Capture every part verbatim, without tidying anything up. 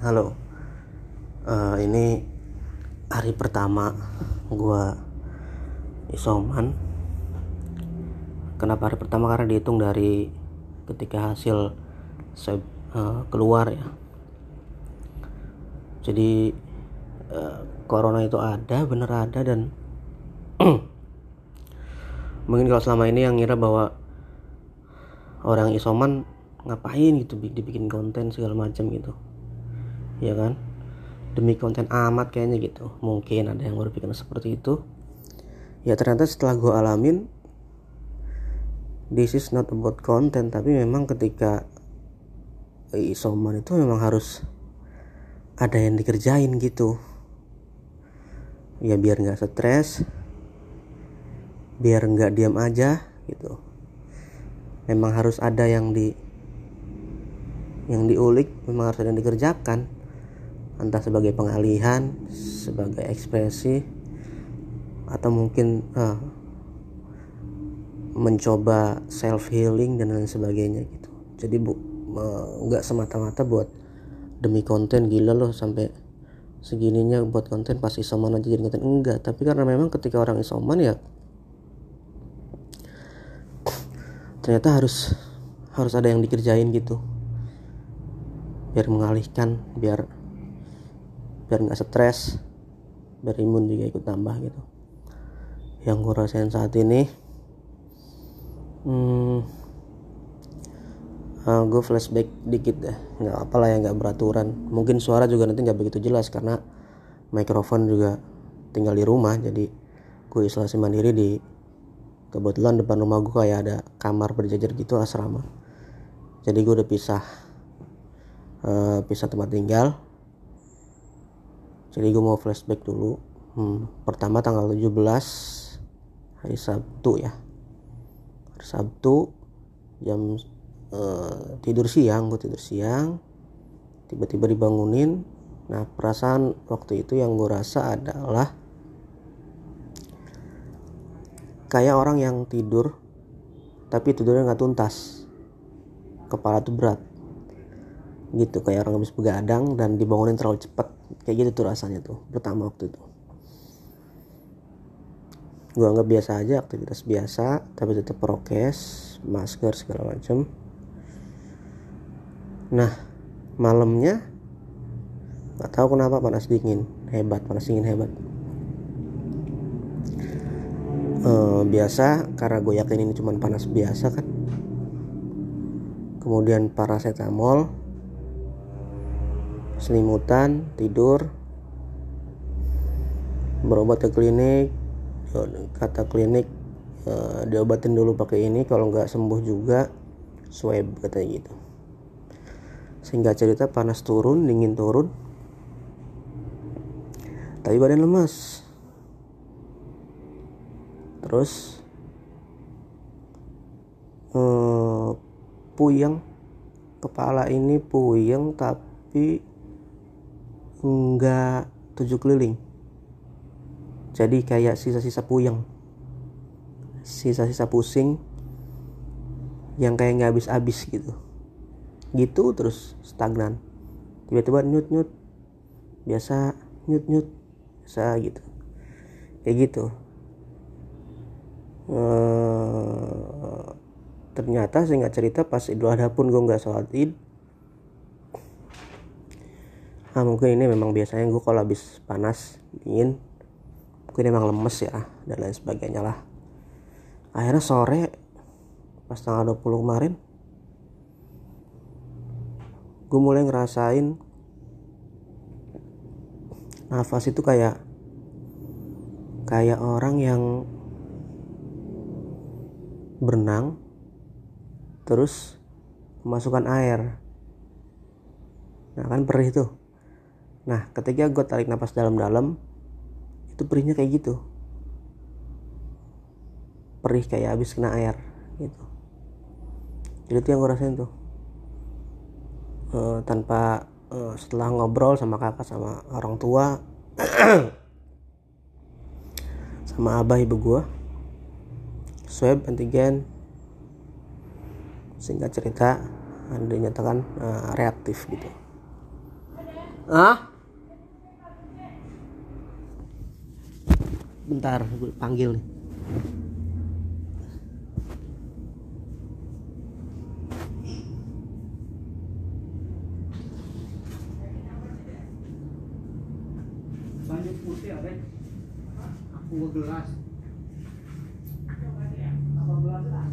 Halo, uh, ini hari pertama gua isoman. Kenapa hari pertama? Karena dihitung dari ketika hasil swab uh, keluar ya. Jadi uh, corona itu ada, bener ada, dan mungkin kalau selama ini yang ngira bahwa orang isoman ngapain gitu dibikin konten segala macam gitu, ya kan, demi konten amat kayaknya gitu. Mungkin ada yang berpikir seperti itu. Ya ternyata setelah gue alamin, this is not about content, tapi memang ketika isoman itu memang harus ada yang dikerjain gitu. Ya biar nggak stres, biar nggak diam aja gitu. Memang harus ada yang di yang diulik, memang harus ada yang dikerjakan. Entah sebagai pengalihan, sebagai ekspresi, atau mungkin uh, mencoba self healing dan lain sebagainya gitu. Jadi bu, uh, nggak semata-mata buat demi konten. Gila loh sampai segininya buat konten, pas isoman aja jadi konten. Enggak, tapi karena memang ketika orang isoman ya ternyata harus harus ada yang dikerjain gitu, biar mengalihkan, biar biar nggak stres, biar imun juga ikut tambah gitu. Yang gue rasain saat ini, hmm, uh, gue flashback dikit deh, nggak apalah ya, nggak beraturan. Mungkin suara juga nanti nggak begitu jelas karena mikrofon juga tinggal di rumah, jadi gue isolasi mandiri. Di kebetulan depan rumah gue kayak ada kamar berjajar gitu, asrama. Jadi gue udah pisah uh, pisah tempat tinggal. Jadi gue mau flashback dulu. hmm, Pertama tanggal tujuh belas, hari Sabtu ya. Hari Sabtu jam uh, tidur siang, gue tidur siang, tiba-tiba dibangunin. Nah perasaan waktu itu yang gue rasa adalah kayak orang yang tidur tapi tidurnya gak tuntas, kepala tuh berat gitu, kayak orang habis begadang dan dibangunin terlalu cepat. Kayak gitu tuh rasanya tuh pertama waktu itu. Gue anggap biasa aja, aktivitas biasa, tapi tetap prokes, masker segala macam. Nah malamnya nggak tahu kenapa panas dingin hebat, panas dingin hebat. Uh, biasa karena gue yakin ini cuma panas biasa kan. Kemudian paracetamol, selimutan, tidur, berobat ke klinik. Kata klinik uh, diobatin dulu pakai ini, kalau nggak sembuh juga swab katanya gitu. Sehingga cerita panas turun, dingin turun, tapi badan lemas. Terus uh, puyeng, kepala ini puyeng tapi enggak tujuh keliling. Jadi kayak sisa-sisa puyeng, sisa-sisa pusing yang kayak nggak habis-habis gitu. Gitu terus stagnan. Tiba-tiba nyut-nyut, biasa nyut-nyut, biasa gitu. Kayak gitu. Eee, ternyata singkat cerita pas Idul Adha pun gue nggak sholat Id. Ah mungkin ini memang biasanya gue kalau habis panas dingin mungkin emang lemes ya dan lain sebagainya lah. Akhirnya sore pas tanggal dua puluh kemarin gue mulai ngerasain nafas itu kayak kayak orang yang berenang terus memasukkan air. Nah kan perih tuh. Nah ketika gue tarik napas dalam-dalam, itu perihnya kayak gitu, perih kayak habis kena air gitu. Jadi itu yang gue rasain tuh, e, tanpa e, setelah ngobrol sama kakak, sama orang tua, sama abah ibu gue, swab antigen, singkat cerita dinyatakan e, reaktif gitu. Ah, bentar, gue panggil nih. Banyak putih apa? Aku gelas. Apa gelas lah?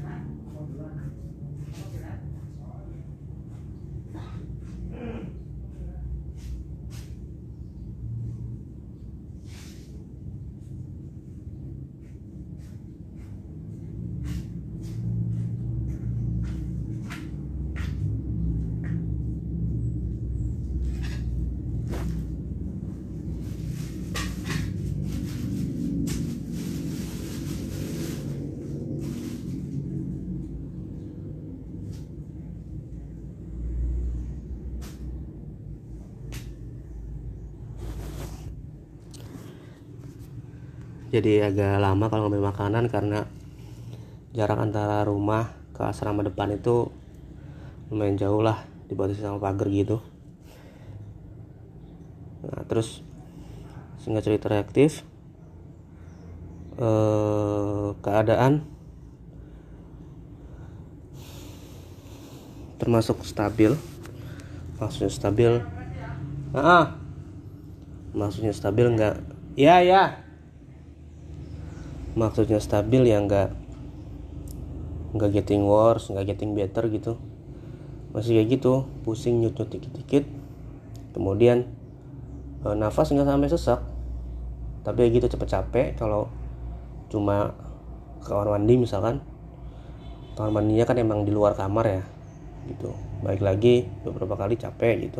Jadi agak lama kalau ngambil makanan karena jarak antara rumah ke asrama depan itu lumayan jauh lah, dibatasi sama pagar gitu. Nah terus singkat cerita reaktif, eh, keadaan termasuk stabil, maksudnya stabil, ah, maksudnya stabil nggak, ya ya, maksudnya stabil ya nggak nggak getting worse, nggak getting better gitu, masih kayak gitu, pusing nyut-nyut dikit-dikit, kemudian e, nafas nggak sampai sesak, tapi ya gitu cepet capek. Kalau cuma ke kamar mandi misalkan, kamar mandinya kan emang di luar kamar ya gitu, balik lagi beberapa kali capek gitu.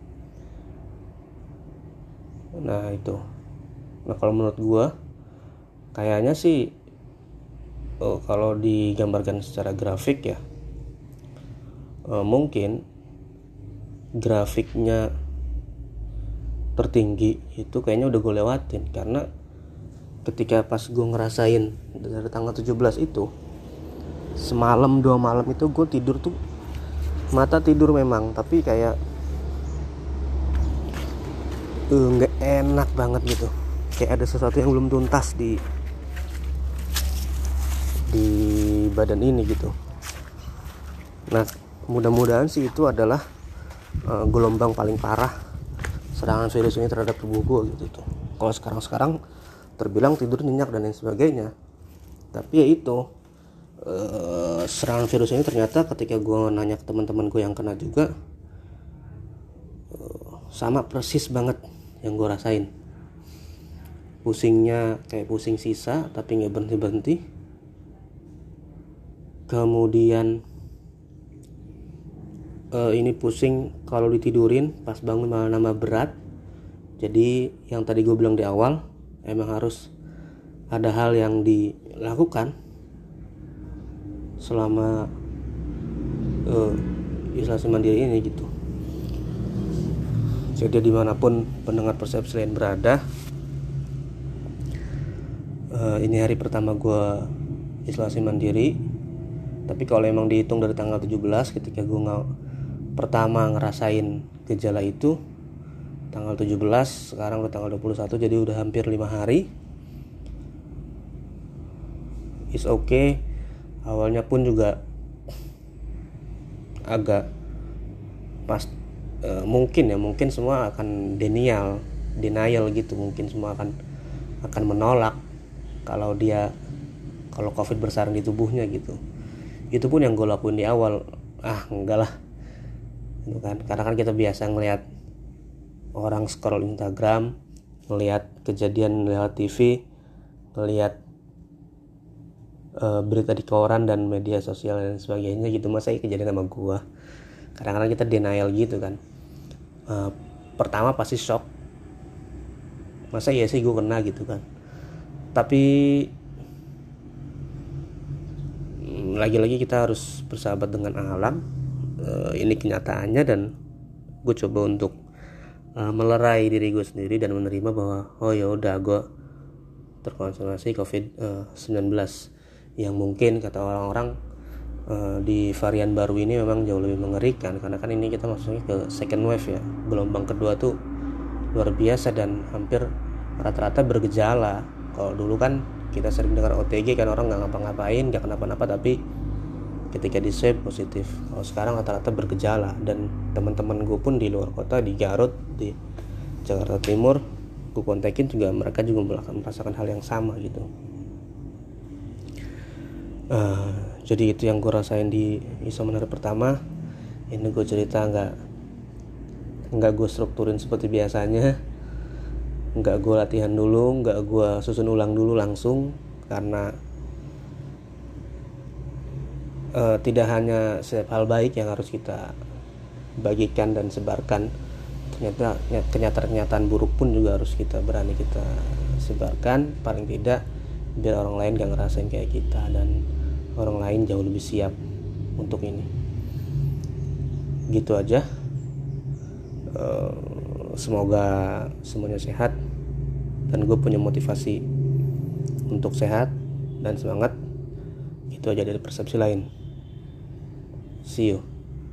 Nah itu, nah kalau menurut gua kayaknya sih oh, kalau digambarkan secara grafik ya, eh, mungkin grafiknya tertinggi itu kayaknya udah gue lewatin, karena ketika pas gue ngerasain dari tanggal tujuh belas itu, semalam dua malam itu gue tidur tuh mata tidur memang, tapi kayak nggak uh, enak banget gitu, kayak ada sesuatu yang belum tuntas di di badan ini gitu. Nah mudah-mudahan sih itu adalah uh, gelombang paling parah serangan virus ini terhadap tubuh gue gitu tuh. Kalau sekarang-sekarang terbilang tidur nyenyak dan lain sebagainya, tapi ya itu uh, serangan virus ini ternyata ketika gue nanya ke teman-teman gue yang kena juga, uh, sama persis banget yang gue rasain. Pusingnya kayak pusing sisa tapi nggak berhenti-berhenti. Kemudian uh, ini pusing kalau ditidurin, pas bangun malah nambah berat. Jadi yang tadi gue bilang di awal, emang harus ada hal yang dilakukan selama uh, isolasi mandiri ini gitu. Jadi dimanapun pendengar persepsi lain berada, uh, ini hari pertama gue isolasi mandiri. Tapi kalau emang dihitung dari tanggal tujuh belas ketika gue nggak pertama ngerasain gejala itu, tanggal tujuh belas, sekarang udah tanggal dua puluh satu, jadi udah hampir lima hari. It's okay. Awalnya pun juga agak pas e, mungkin ya mungkin semua akan denial, denial gitu, mungkin semua akan akan menolak kalau dia kalau COVID bersarang di tubuhnya gitu. Itu pun yang gue lakuin di awal, ah enggak lah gitu kan, karena kan kita biasa ngelihat orang scroll Instagram, ngelihat kejadian lewat T V, ngelihat uh, berita di koran dan media sosial dan sebagainya gitu, masa kejadian sama gue. Kadang-kadang kita denial gitu kan, uh, pertama pasti shock, masa iya sih gue kena gitu kan, tapi lagi-lagi kita harus bersahabat dengan alam. Uh, ini kenyataannya, dan gue coba untuk uh, melerai diri gue sendiri dan menerima bahwa oh ya udah gue terkonfirmasi covid sembilan belas, yang mungkin kata orang-orang uh, di varian baru ini memang jauh lebih mengerikan, karena kan ini kita masuknya ke second wave ya, gelombang kedua tuh luar biasa dan hampir rata-rata bergejala. Kalau dulu kan kita sering dengar O T G kan, orang nggak ngapa-ngapain, nggak kenapa-napa, tapi ketika di swab positif. Kalau sekarang rata-rata bergejala, dan teman-teman gue pun di luar kota, di Garut, di Jakarta Timur, gue kontakin juga, mereka juga merasakan hal yang sama gitu. Uh, jadi itu yang gue rasain di isoman hari pertama. Ini gue cerita nggak nggak gue strukturin seperti biasanya, nggak gue latihan dulu, nggak gue susun ulang dulu langsung, karena uh, tidak hanya setiap hal baik yang harus kita bagikan dan sebarkan, ternyata kenyataan-kenyataan buruk pun juga harus kita berani kita sebarkan, paling tidak biar orang lain gak ngerasain kayak kita, dan orang lain jauh lebih siap untuk ini. Gitu aja. Uh, semoga semuanya sehat, dan gue punya motivasi untuk sehat dan semangat. Itu aja dari persepsi lain. See you.